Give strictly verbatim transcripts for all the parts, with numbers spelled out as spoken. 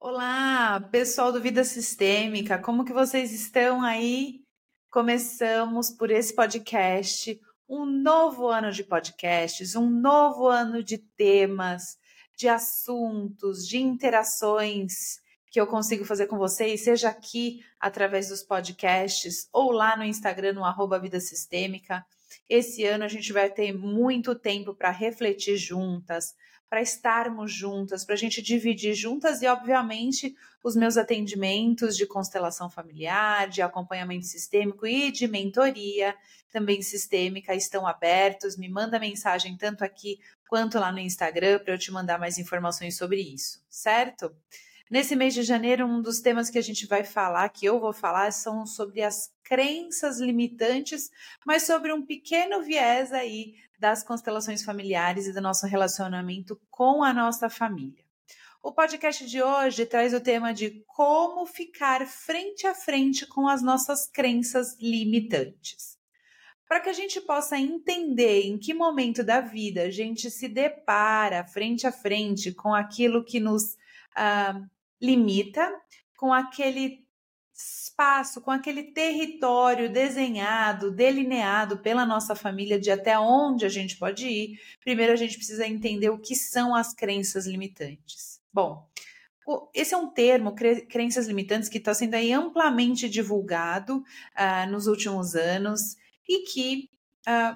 Olá, pessoal do Vida Sistêmica, como que vocês estão aí? Começamos por esse podcast, um novo ano de podcasts, um novo ano de temas, de assuntos, de interações que eu consigo fazer com vocês, seja aqui através dos podcasts ou lá no Instagram, no arroba Vida Sistêmica. Esse ano a gente vai ter muito tempo para refletir juntas, para estarmos juntas, para a gente dividir juntas e, obviamente, os meus atendimentos de constelação familiar, de acompanhamento sistêmico e de mentoria também sistêmica estão abertos. Me manda mensagem tanto aqui quanto lá no Instagram para eu te mandar mais informações sobre isso, certo? Nesse mês de janeiro, um dos temas que a gente vai falar, que eu vou falar, são sobre as crenças limitantes, mas sobre um pequeno viés aí das constelações familiares e do nosso relacionamento com a nossa família. O podcast de hoje traz o tema de como ficar frente a frente com as nossas crenças limitantes. Para que a gente possa entender em que momento da vida a gente se depara frente a frente com aquilo que nos ah, limita, com aquele espaço, com aquele território desenhado, delineado pela nossa família de até onde a gente pode ir, primeiro a gente precisa entender o que são as crenças limitantes. Bom, esse é um termo, crenças limitantes, que está sendo aí amplamente divulgado uh, nos últimos anos e que uh,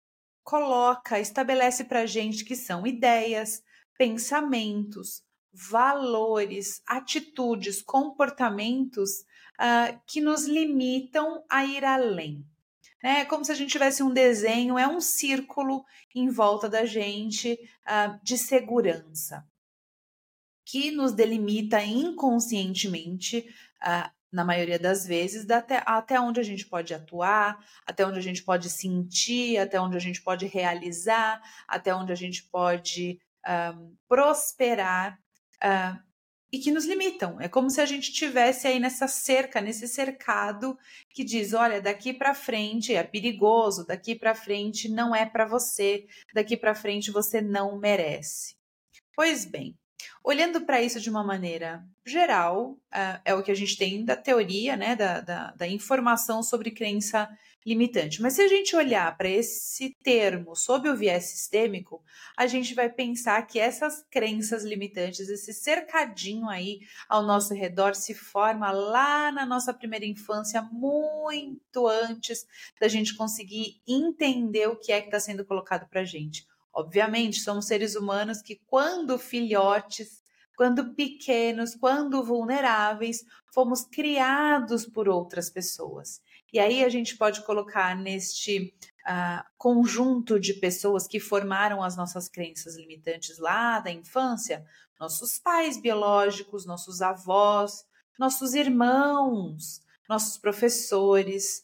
coloca, estabelece para a gente que são ideias, pensamentos, valores, atitudes, comportamentos uh, que nos limitam a ir além. É como se a gente tivesse um desenho, é um círculo em volta da gente uh, de segurança, que nos delimita inconscientemente, uh, na maioria das vezes, até, até onde a gente pode atuar, até onde a gente pode sentir, até onde a gente pode realizar, até onde a gente pode um, prosperar, uh, e que nos limitam. É como se a gente tivesse aí nessa cerca, nesse cercado que diz, olha, daqui para frente é perigoso, daqui para frente não é para você, daqui para frente você não merece. Pois bem, olhando para isso de uma maneira geral, uh, é o que a gente tem da teoria, né, da, da, da informação sobre crença limitante. Mas se a gente olhar para esse termo sob o viés sistêmico, a gente vai pensar que essas crenças limitantes, esse cercadinho aí ao nosso redor, se forma lá na nossa primeira infância, muito antes da gente conseguir entender o que é que está sendo colocado para a gente. Obviamente, somos seres humanos que, quando filhotes, quando pequenos, quando vulneráveis, fomos criados por outras pessoas. E aí a gente pode colocar neste uh, conjunto de pessoas que formaram as nossas crenças limitantes lá da infância, nossos pais biológicos, nossos avós, nossos irmãos, nossos professores,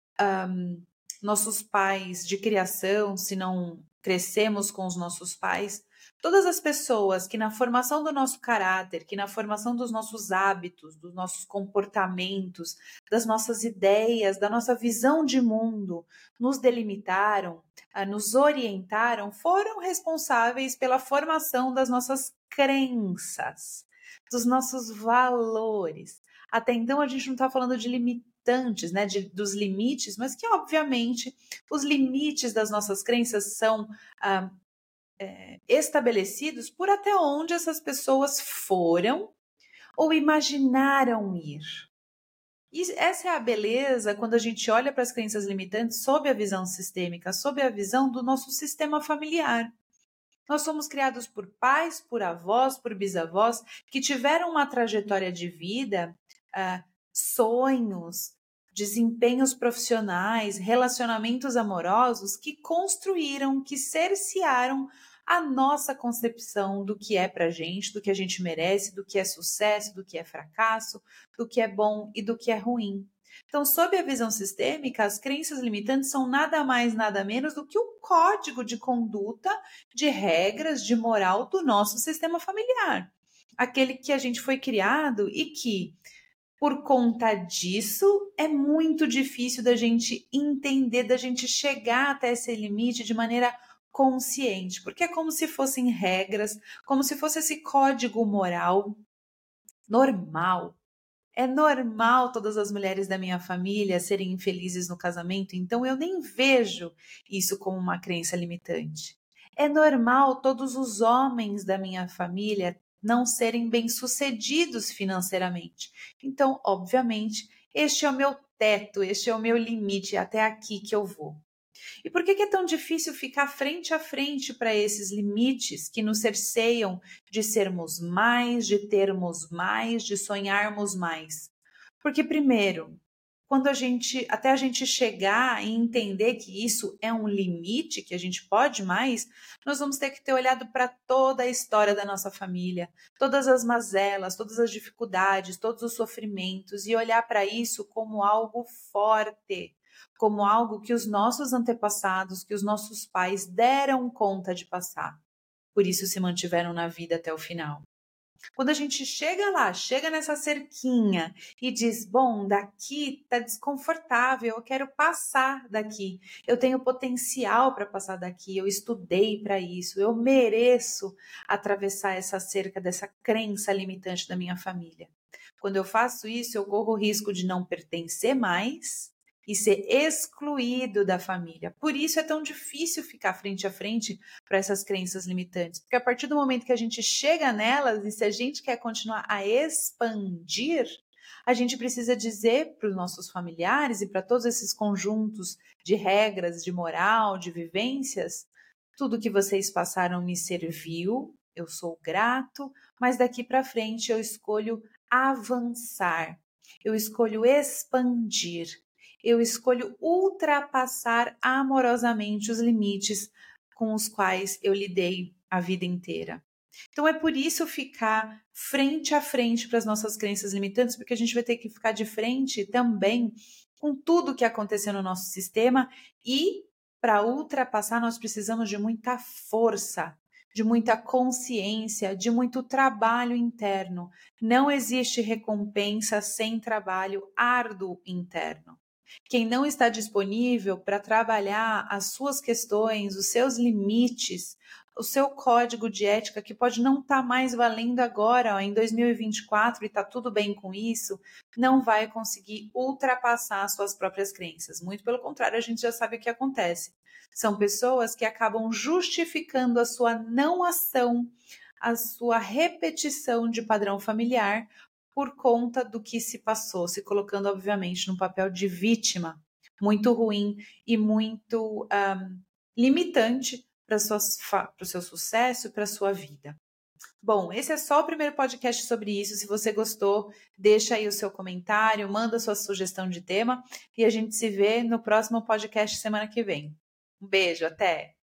um, nossos pais de criação, se não crescemos com os nossos pais, todas as pessoas que na formação do nosso caráter, que na formação dos nossos hábitos, dos nossos comportamentos, das nossas ideias, da nossa visão de mundo, nos delimitaram, nos orientaram, foram responsáveis pela formação das nossas crenças, dos nossos valores. Até então a gente não está falando de limitantes, né, de, dos limites, mas que obviamente os limites das nossas crenças são ah, é, estabelecidos por até onde essas pessoas foram ou imaginaram ir. E essa é a beleza quando a gente olha para as crenças limitantes sob a visão sistêmica, sob a visão do nosso sistema familiar. Nós somos criados por pais, por avós, por bisavós, que tiveram uma trajetória de vida, uh, sonhos, desempenhos profissionais, relacionamentos amorosos que construíram, que cercearam a nossa concepção do que é pra gente, do que a gente merece, do que é sucesso, do que é fracasso, do que é bom e do que é ruim. Então, sob a visão sistêmica, as crenças limitantes são nada mais, nada menos do que o código de conduta, de regras, de moral do nosso sistema familiar. Aquele que a gente foi criado e que, por conta disso, é muito difícil da gente entender, da gente chegar até esse limite de maneira consciente, porque é como se fossem regras, como se fosse esse código moral normal. É normal todas as mulheres da minha família serem infelizes no casamento, então eu nem vejo isso como uma crença limitante. É normal todos os homens da minha família não serem bem-sucedidos financeiramente. Então, obviamente, este é o meu teto, este é o meu limite, é até aqui que eu vou. E por que que é tão difícil ficar frente a frente para esses limites que nos cerceiam de sermos mais, de termos mais, de sonharmos mais? Porque, primeiro, quando a gente, até a gente chegar e entender que isso é um limite, que a gente pode mais, nós vamos ter que ter olhado para toda a história da nossa família, todas as mazelas, todas as dificuldades, todos os sofrimentos e olhar para isso como algo forte, como algo que os nossos antepassados, que os nossos pais deram conta de passar. Por isso se mantiveram na vida até o final. Quando a gente chega lá, chega nessa cerquinha e diz, bom, daqui tá desconfortável, eu quero passar daqui, eu tenho potencial para passar daqui, eu estudei para isso, eu mereço atravessar essa cerca dessa crença limitante da minha família. Quando eu faço isso, eu corro o risco de não pertencer mais e ser excluído da família. Por isso é tão difícil ficar frente a frente para essas crenças limitantes, porque a partir do momento que a gente chega nelas e se a gente quer continuar a expandir, a gente precisa dizer para os nossos familiares e para todos esses conjuntos de regras, de moral, de vivências, tudo que vocês passaram me serviu, eu sou grato, mas daqui para frente eu escolho avançar, eu escolho expandir, eu escolho ultrapassar amorosamente os limites com os quais eu lidei a vida inteira. Então é por isso ficar frente a frente para as nossas crenças limitantes, porque a gente vai ter que ficar de frente também com tudo que aconteceu no nosso sistema e para ultrapassar nós precisamos de muita força, de muita consciência, de muito trabalho interno. Não existe recompensa sem trabalho árduo interno. Quem não está disponível para trabalhar as suas questões, os seus limites, o seu código de ética, que pode não estar mais valendo agora, ó, em dois mil e vinte e quatro, e está tudo bem com isso, não vai conseguir ultrapassar as suas próprias crenças. Muito pelo contrário, a gente já sabe o que acontece. São pessoas que acabam justificando a sua não ação, a sua repetição de padrão familiar, por conta do que se passou, se colocando, obviamente, no papel de vítima, muito ruim e muito um, limitante para o seu sucesso e para a sua vida. Bom, esse é só o primeiro podcast sobre isso. Se você gostou, deixa aí o seu comentário, manda sua sugestão de tema e a gente se vê no próximo podcast semana que vem. Um beijo, até!